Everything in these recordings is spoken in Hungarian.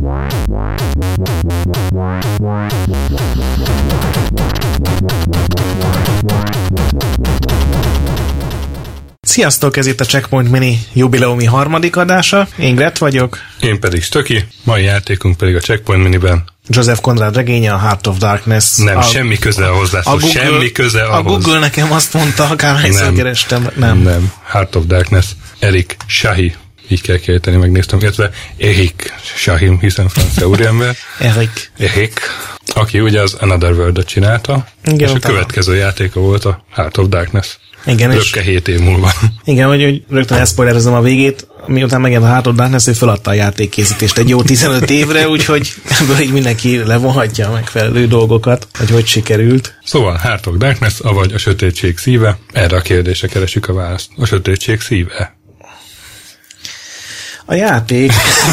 Sziasztok, ez itt a Checkpoint Mini jubileumi harmadik adása. Én Gret vagyok. Én pedig Stöki. Mai játékunk pedig a Checkpoint Miniben Joseph Conrad regénye, a Heart of Darkness. Nem, semmi köze ahhoz lesz. Semmi köze ahhoz. A Google nekem azt mondta, akárhányszor kerestem. Nem. Heart of Darkness. Eric Chahi. Így kell kiejteni, megnéztem. Illetve Eric Chahi, hiszen francia úriember. Eric. Aki ugye az Another World-ot csinálta. Igen, és a következő játéka volt a Heart of Darkness. Igen, rögtön 7 év múlva. Igen, hogy rögtön elszpoilerezem a végét, miután megjelent a Heart of Darkness, ő feladta a játékkészítést egy jó 15 évre, úgyhogy ebből így mindenki levonhatja a megfelelő dolgokat, hogy sikerült. Szóval Heart of Darkness, avagy a sötétség szíve, erre a kérdésre keresjük a választ. A sötétség szíve. A játék...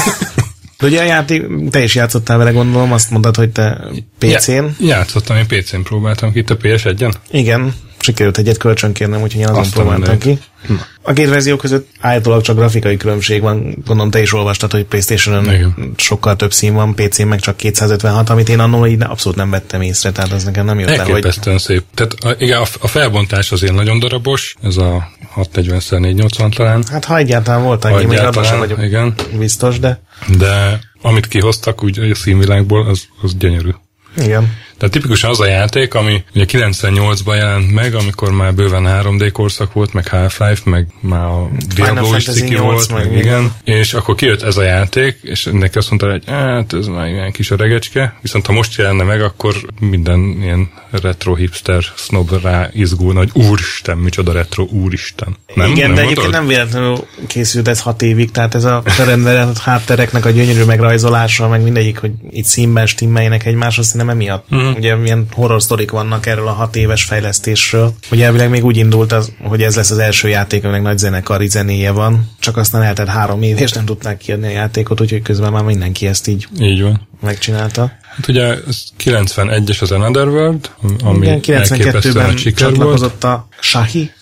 De ugye a játék, te is játszottál vele, gondolom, azt mondtad, hogy te PC-n. Játszottam, én PC-n próbáltam ki, itt a PS1-en. Igen, sikerült egyet kölcsönkérnem, úgyhogy én azon próbáltam ki. A két verzió között állítólag csak grafikai különbség van, gondolom te is olvastad, hogy PlayStation-on sokkal több szín van, PC-n meg csak 256, amit én annól így abszolút nem vettem észre, tehát az nekem nem jött el, hogy... Elképesztően szép. Tehát igen, a felbontás azért nagyon darabos, ez a 640x480 talán. Hát ha egyáltalán volt annyi, még abban sem vagyok biztos, de amit kihoztak úgy a színvilágból, az gyönyörű. Igen. Tehát tipikusan az a játék, ami ugye 98-ban jelent meg, amikor már bőven 3D korszak volt, meg Half-Life, meg már a Diablo is ciki volt, meg igen. És akkor kijött ez a játék, és neki azt mondta, hogy hát ez már ilyen kis öregecske, viszont ha most jelenne meg, akkor minden ilyen retro hipster snob rá izgulna, hogy úristen, micsoda retro, úristen. Nem? Igen, de egyébként nem véletlenül készült ez 6 évig, tehát ez a rendelett háttereknek a gyönyörű megrajzolása, meg mindegyik, hogy itt színben stimmeljenek egymáshoz, szerintem emiatt. Ugye milyen horror sztorik vannak erről a 6 éves fejlesztésről. Ugye elvileg még úgy indult, hogy ez lesz az első játék, aminek nagy zenekari zenéje van, csak aztán eltelt 3 év, és nem tudták kiadni a játékot, úgyhogy közben már mindenki ezt így van. Megcsinálta. Hát ugye 91-es az Another World, ami igen, 92-ben csatlakozott a Chahi.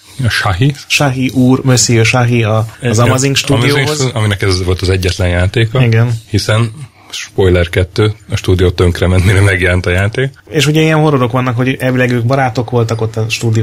Chahi úr, Monsieur Chahi az Amazing Studióhoz. Aminek ez volt az egyetlen játéka. Igen. Hiszen spoiler 2, a stúdió tönkrement, mire megjelent a játék. És ugye ilyen horrorok vannak, hogy elvileg ők barátok voltak ott a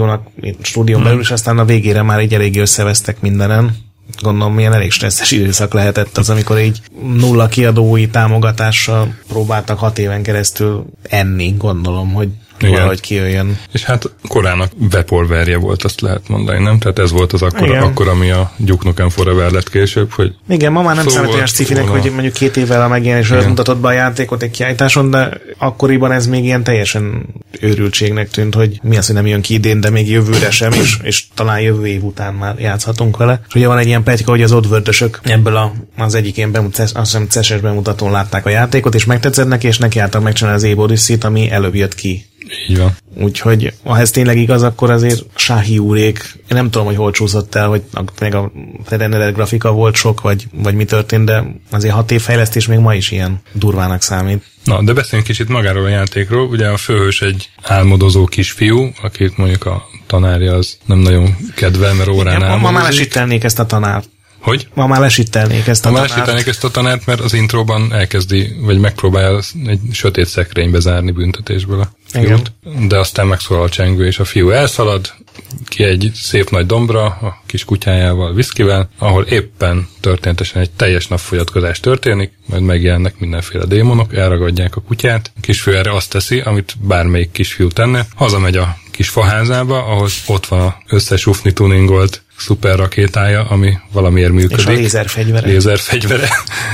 stúdión belül, és aztán a végére már így eléggé összevesztek mindenen. Gondolom, milyen elég stresszes időszak lehetett az, amikor így nulla kiadói támogatással próbáltak 6 éven keresztül enni, gondolom, hogy valahogy kijöjjön. És hát korának Vaporware-je volt, azt lehet mondani, nem? Tehát ez volt az akkor ami a Duke Nukem Forever lett később, hogy... Igen, ma már nem számít olyan sci-finek, hogy mondjuk 2 évvel a megjelenésről mutatott be a játékot egy kiállításon, de akkoriban ez még ilyen teljesen őrültségnek tűnt, hogy mi az, hogy nem jön ki idén, de még jövőre sem, és talán jövő év után már játszhatunk vele. És ugye van egy ilyen pletyka, hogy az Oddworld-ösök ebből az egyik ilyen azt hiszem CES-es bemutatón látták a játékot, és megtetszett neki, és nekiálltak megcsinálni az Abe Odyssey-t, ami előbb jött ki. Így van. Úgyhogy ha ez tényleg igaz, akkor azért Chahi úrék, én nem tudom, hogy hol csúszott el, hogy meg a rendelet grafika volt sok, vagy mi történt, de azért 6 év fejlesztés még ma is ilyen durvának számít. Na, de beszéljünk kicsit magáról a játékról. Ugye a főhős egy álmodozó kisfiú, akit mondjuk a tanárja az nem nagyon kedvel, mert órán álmodozik. Ma már lesítelnék ezt a tanárt. Hogy? Ma már lesítelnék ezt a tanárt. Lesítelnék ezt a tanárt, mert az intróban elkezdi, vagy megpróbálja egy sötét szekrénybe zárni büntetésből a fiút. De aztán megszólal a csengő, és a fiú elszalad ki egy szép nagy dombra a kis kutyájával, viszkivel, ahol éppen történetesen egy teljes napfogyatkozás történik, majd megjelennek mindenféle démonok, elragadják a kutyát. A kisfiú erre azt teszi, amit bármelyik kisfiú tenne, hazamegy a kis faházába, ahol ott van az összes ufni tuningolt szuper rakétája, ami valamiért működik. És a lézerfegyvere.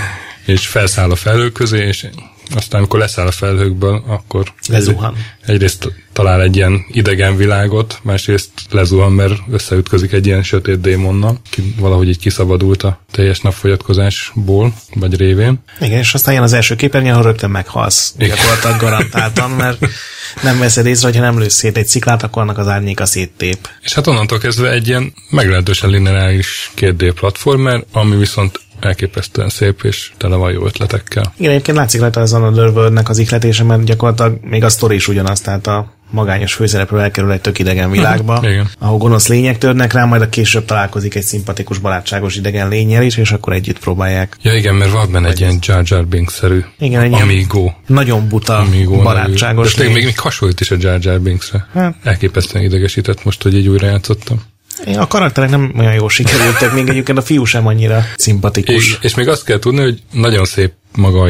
És felszáll a felhők közé, és aztán, amikor leszáll a felhőkből, akkor lezuhan. Egyrészt talál egy ilyen idegen világot, másrészt lezuhan, mert összeütközik egy ilyen sötét démonnal, ki valahogy így kiszabadult a teljes napfogyatkozásból, vagy révén. Igen, és aztán jön az első képernyőn, ahol rögtön meghalsz. Gyakorlatilag garantáltan, mert nem veszed észre, hogyha nem lősz szét egy sziklát, akkor annak az árnyéka széttép. És hát onnantól kezdve egy ilyen meglehetősen lineáris 2D platformer, ami viszont elképesztően szép és tele van jó ötletekkel. Igen, egyébként látszik rajta az Another World-nek az ihletése, mert gyakorlatilag még a sztori is ugyanaz, tehát magányos főszereplő elkerül egy tök idegen világba, ahol gonosz lények törnek rá, majd a később találkozik egy szimpatikus, barátságos idegen lénnyel is, és akkor együtt próbálják. Ja igen, mert van benne egy ilyen Jar Jar Binks-szerű amigo. Nagyon buta, amigo barátságos lény. Még hasonlít is a Jar Jar Binks-re. Hát. Elképesztően idegesített most, hogy így újra játszottam. A karakterek nem olyan jól sikerültek, még egyébként a fiú sem annyira szimpatikus. És még azt kell tudni, hogy nagyon szép maga a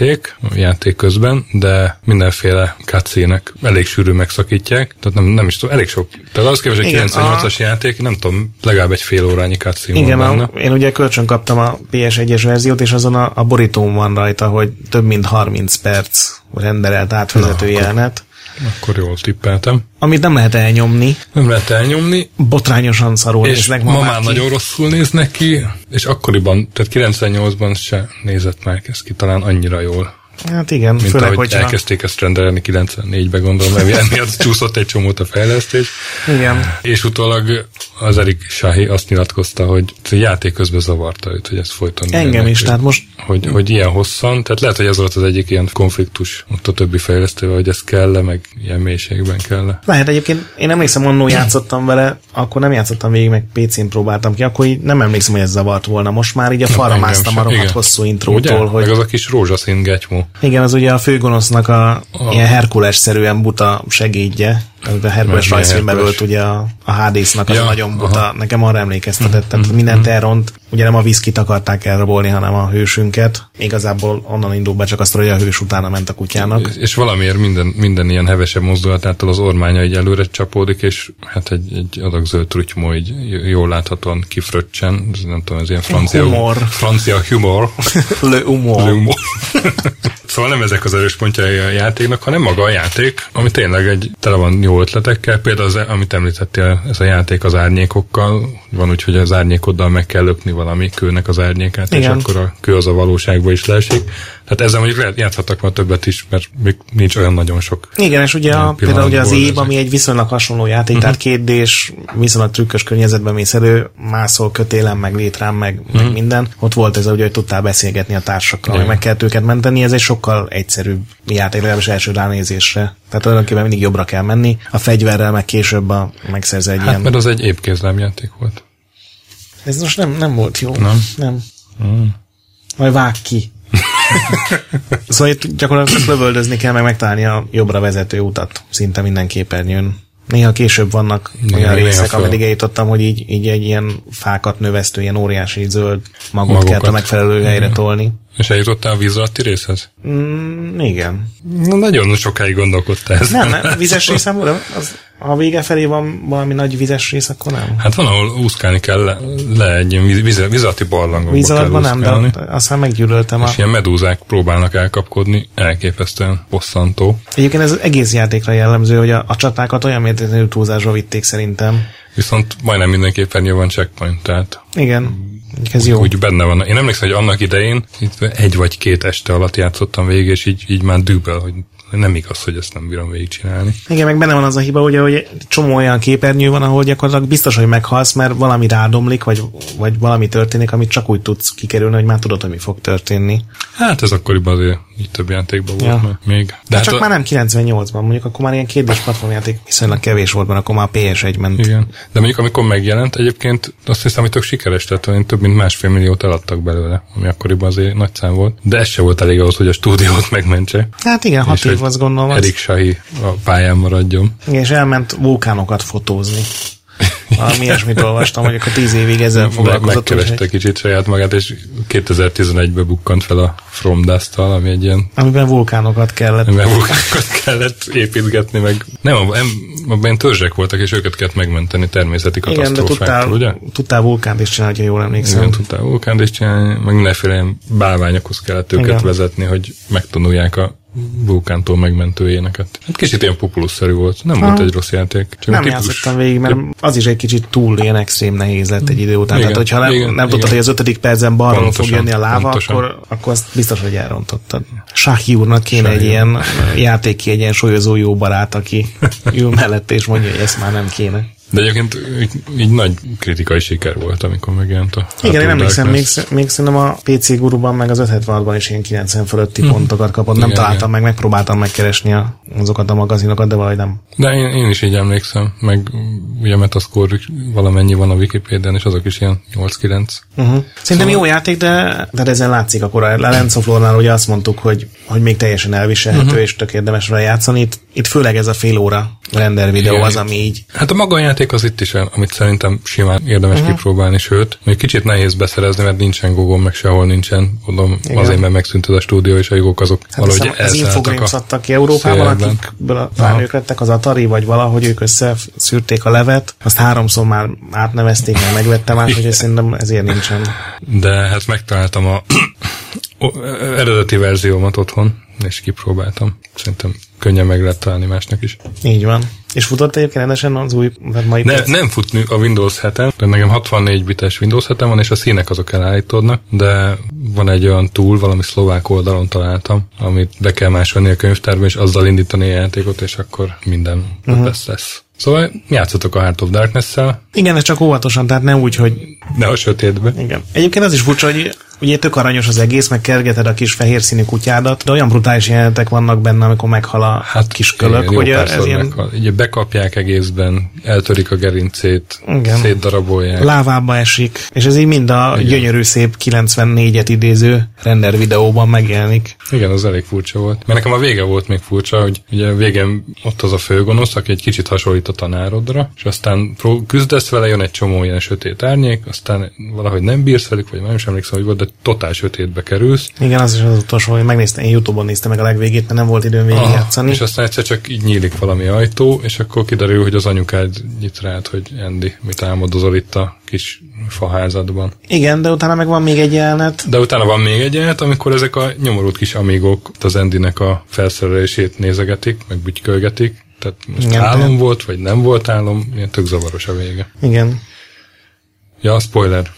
játék közben, de mindenféle cutscene-ek elég sűrű megszakítják, tehát nem is tudom, elég sok. Tehát az képest, hogy 98-as játék, nem tudom, legalább egy fél órányi cutscene van benne. Én ugye kölcsön kaptam a PS1-es verziót, és azon a borítón van rajta, hogy több mint 30 perc renderelt átvezető jelenet. Akkor jól tippeltem. Amit nem lehet elnyomni. Nem lehet elnyomni. Botrányosan szarul néznek ma már nagyon rosszul néznek ki, és akkoriban, tehát 98-ban se nézett már ez ki talán annyira jól. Hát igen, mint főleg, ahogy elkezdték ezt rendelni 94-ben, gondolom, mert miatt csúszott egy csomót a fejlesztés. Igen. És utólag az Eric Sahi azt nyilatkozta, hogy a játék közben zavarta őt, hogy ezt folyton. Engem is, tehát most... Hogy ilyen hosszan, tehát lehet, hogy ez volt az egyik ilyen konfliktus ott a többi fejlesztővel, hogy ez kell-e, meg ilyen mélységben kell-e. Lehet egyébként, én emlékszem, annól játszottam vele, akkor nem játszottam végig, meg PC-n próbáltam ki, akkor így nem emlékszem, hogy ez zavart volna. Most már így a falra másztam a rohadt hosszú intrótól, hogy... Meg az a kis rózsaszín getymó. Igen, az ugye a főgonosznak ilyen Herkules-szerűen buta segédje. A Herkules rajzfilmben volt ugye a Hádésznak az nagyon buta, nekem arra emlékeztetett, tehát mindent elront, ugye nem a viszkit akarták elrabolni, hanem a hősünket. Igazából onnan indul be csak azt, hogy a hős utána ment a kutyának. És valamiért minden ilyen hevesebb mozdulatától az ormánya így előre csapódik, és hát egy adag zöld trutymó így jól láthatóan kifröccsen, nem tudom, ez ilyen francia humor. Le humor. Szóval nem ezek az erős pontjai a játéknak, hanem maga a játék, ami tényleg tele van jó ötletekkel. Például amit említettél, ez a játék az árnyékokkal. Van úgy, hogy az árnyékoddal meg kell lökni valami kőnek az árnyékát, igen. És akkor a kő az a valóságba is leesik. Tehát ezzel mondjuk játszhattak már többet is, mert még nincs olyan nagyon sok. Igen, és ugye például ugye az Év, ami egy viszonylag hasonló játék, tehát 2D-s, viszonylag trükkös környezetben mész elő, mászol kötélen, meg létrán, meg minden. Ott volt ez, hogy tudtál beszélgetni a társakkal, meg kellett őket menteni, ez egy sokkal egyszerűbb játék, legalábbis első ránézésre. Tehát tulajdonképpen mindig jobbra kell menni, a fegyverrel meg később megszerzel egy ilyen... mert az egy épkézlámjáték volt. Ez most nem volt jó. Nem. Mm. Majd vág ki. Szóval itt gyakorlatilag lövöldözni kell, meg megtalálni a jobbra vezető utat szinte minden képernyőn. Néha később vannak olyan részek, ameddig eljutottam, hogy így egy ilyen fákat növesztő, ilyen óriási zöld magot kell a megfelelő helyre tolni. És eljutottál a víz alatti részhez? Igen. Nagyon sokáig gondolkodtál ez. Nem, vizes részem, ha a vége felé van valami nagy vizes rész, akkor nem. Hát van, ahol úszkálni kell le egy ilyen víz alatti barlangokba víz alattban nem, de aztán meggyűlöltem. És ilyen medúzák próbálnak elkapkodni, elképesztően bosszantó. Egyébként ez az egész játékra jellemző, hogy a csatákat olyan mértékű túlzásra vitték szerintem. Viszont majdnem mindenképpen van checkpoint, tehát... Igen. Ez jó. Úgy benne van. Én emlékszem, hogy annak idején egy vagy két este alatt játszottam végig, és így már düböl, hogy nem igaz, hogy ezt nem bírom végigcsinálni. Igen, meg benne van az a hiba, ugye, hogy csomó olyan képernyő van, ahol gyakorlatilag biztos, hogy meghalsz, mert valami rádomlik, vagy valami történik, amit csak úgy tudsz kikerülni, hogy már tudod, hogy mi fog történni. Hát ez akkoriban azért így több játékban volt még. De hát csak már nem 98-ban, mondjuk akkor már ilyen 2D-s platformjáték viszonylag kevés volt, mert akkor már PS1 ment. Igen. De mondjuk amikor megjelent, egyébként azt hiszem, hogy tök sikeres, tehát több mint 1,5 milliót eladtak belőle, ami akkoriban azért nagy szám volt. De ez se volt elég ahhoz, hogy a stúdiót megmentse. Hát igen, 6 év azt gondolom. Eric Sahi a pályán maradjon. Igen, és elment vulkánokat fotózni. Valami ilyesmit olvastam, hogy akkor 10 évig ezzel foglalkozott. Megkereste kicsit saját magát, és 2011-ben bukkant fel a From Dust-tal, ami egy ilyen... Amiben vulkánokat kellett építgetni, meg... Nem, abban törzsek voltak, és őket kellett megmenteni természeti katasztrófáktól, ugye? Tudtál vulkánt is csinálni, ha jól emlékszem. Igen, tudtál vulkánt is csinálni, meg mindenféle ilyen bálványokhoz kellett őket vezetni, hogy megtanulják a vulkántól megmentő éneket. Hát kicsit ilyen Populus-szerű volt. Nem volt egy rossz játék. Csak nem játszottam végig, mert az is egy kicsit túl ilyen extrém nehéz lett egy idő után. Igen, tehát, hogyha nem tudtad, hogy az 5. percben balról fog jönni a láva, akkor azt biztos, hogy elrontottad. Sahi úrnak kéne egy ilyen játékkiegyensúlyozó jó barát, aki ül mellett és mondja, hogy ezt már nem kéne. De egyébként így nagy kritikai siker volt, amikor megjelent a igen, én emlékszem, még szerintem a PC Guruban meg az 576-ban is ilyen 90 fölötti pontokat kapott. Nem találtam meg, megpróbáltam megkeresni azokat a magazinokat, de valahogy nem. De én is így emlékszem, meg ugye Metascore valamennyi van a Wikipédián, és azok is ilyen 8-9. Szerintem jó játék, de ezen látszik akkor a Lens of Lore-nál ugye azt mondtuk, hogy még teljesen elviselhető, és tök érdemes vele játszani. Itt főleg ez a fél óra render videó az, ami így... Hát a maga a játék az itt is, amit szerintem simán érdemes kipróbálni, sőt, még kicsit nehéz beszerezni, mert nincsen Google, meg sehol nincsen, mondom, azért, mert megszűnt az a stúdió, és a jogok azok valahogy elszálltak. Az Infogrames adtak ki Európában, akikből a fánők lettek, az Atari, vagy valahogy ők összeszűrték a levet, azt 3-szor már átnevezték, mert megvette más, hogy szerintem ezért nincsen. De hát megtaláltam a eredeti verziómat otthon, és kipróbáltam. Szerintem könnyen meg lehet találni másnak is. Így van. És futott egyébként rendesen az új mai nem fut a Windows 7-en, de nekem 64 bites Windows 7-en van, és a színek azok elállítódnak, de van egy olyan tool, valami szlovák oldalon találtam, amit be kell másolni a könyvtárba, és azzal indítani a játékot, és akkor minden lesz. Szóval játszotok a Heart of Darkness-szel. Igen, ez csak óvatosan, tehát ne úgy, hogy... Ne a sötétbe. Igen. Egyébként az is furcsa, hogy ugye tök aranyos az egész, meg kergeted a kis fehér színű kutyádat, de olyan brutális jelenetek vannak benne, amikor meghal a kis kölök, igen, hogy ez ilyen... Ugye bekapják egészben, eltörik a gerincét, szétdarabolják. Lávába esik, és ez így mind a gyönyörű szép 94-et idéző render videóban megjelenik. Igen, az elég furcsa volt. Mert nekem a vége volt még furcsa, hogy ugye a végén ott az a főgonosz, aki egy kicsit hasonlít a tanárodra, és aztán küzdesz vele, jön egy csomó ilyen sötét árnyék, aztán valahogy nem bírsz velük, vagy nem is emlékszem, hogy volt, de totál sötétbe kerülsz. Igen, az is az utolsó, hogy megnéztem, én YouTube-on néztem meg a legvégét, mert nem volt időm végigjátszani. És aztán egyszer csak így nyílik valami ajtó, és akkor kiderül, hogy az anyukád nyit rád, hogy Andy, mit álmodozol itt a kis faházadban. Igen, de utána meg van még egy jelenet. Amikor ezek a nyomorult kis amígok az Andynek a felszerelését nézegetik, meg bütykölgetik. Tehát most igen, álom volt, vagy nem volt álom, ilyen tök zavaros a vége. Igen. Ja, spoiler.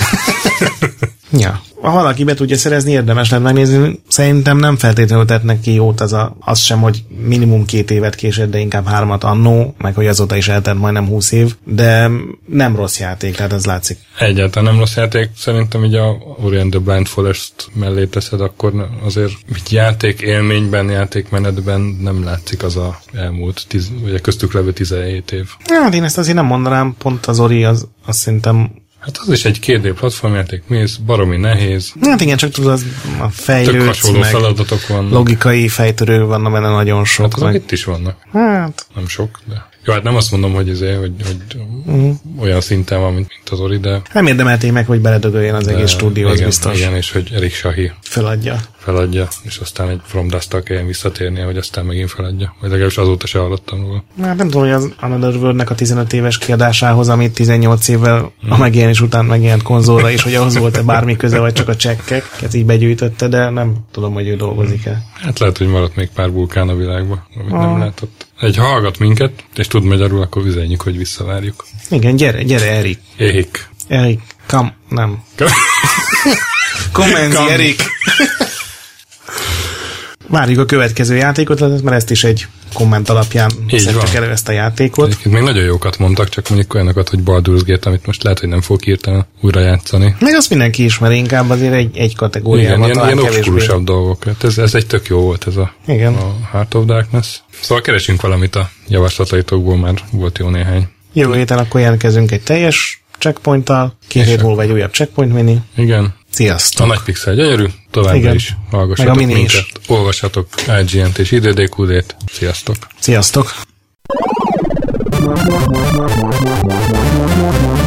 Ja. Ha valaki be tudja szerezni, érdemes lenne megnézni. Szerintem nem feltétlenül tett neki jót az sem, hogy minimum 2 évet késett, de inkább 3 annó, meg hogy azóta is eltelt majdnem 20 év, de nem rossz játék, tehát ez látszik. Egyáltalán nem rossz játék. Szerintem így a Ori and the Blind Forest mellé teszed, akkor azért játék élményben, játékmenetben nem látszik az a elmúlt, vagy köztük levő 17 év. Hát én ezt azért nem mondanám, pont az Ori az szerintem. Hát az is egy 2D platformjáték, mész, baromi nehéz. Hát igen, csak tudod, a fejlődsz, tök hasonló feladatok vannak. Logikai fejtörő vannak benne nagyon sok. Hát azok itt is vannak. Hát. Nem sok, de... Jó, hát nem azt mondom, hogy olyan szinten van, mint az Ori, de... Nem érdemelték meg, hogy beledögöljen az egész stúdió, az biztos. Igen, és hogy Eric Sahi feladja, és aztán egy From Dust-tal kelljen visszatérnie, hogy aztán megint feladja. Vagy legalábbis azóta se hallottam róla. Hát nem tudom, hogy az Another World-nek a 15 éves kiadásához, amit 18 évvel a megjelenés után megjelent konzolra is, hogy ahhoz volt-e bármi köze, vagy csak a csekkek, ezt így begyűjtötte, de nem tudom, hogy ő dolgozik-e. Hát lehet, hogy maradt még pár vulkán a világban, amit nem látott. Ha hallgat minket, és tud magyarul, akkor üzenjük, hogy visszavárjuk. Igen, gyere, Erik. Erik, nem. Kommenzi, Erik. Várjuk a következő játékot, mert ezt is egy komment alapján szedtük elő ezt a játékot. Egyébként még nagyon jókat mondtak, csak mondjuk olyanokat, hogy Baldur's Gate, amit most lehet, hogy nem fog hirtelen újra játszani. Meg azt mindenki ismeri, inkább azért egy kategóriában. Igen, ilyen obskurusabb dolgok. Ez egy tök jó volt, ez a Heart of Darkness. Szóval keresünk valamit a javaslataitokból, már volt jó néhány. Jövő héten akkor jelentkezünk egy teljes checkpointtal, 2 hét múlva egy újabb checkpoint mini. Igen. Sziasztok! A nagy pixel gyönyörű, továbbra is hallgassatok minket, olvassatok IGN-t és IDDQD-t. Sziasztok! Sziasztok!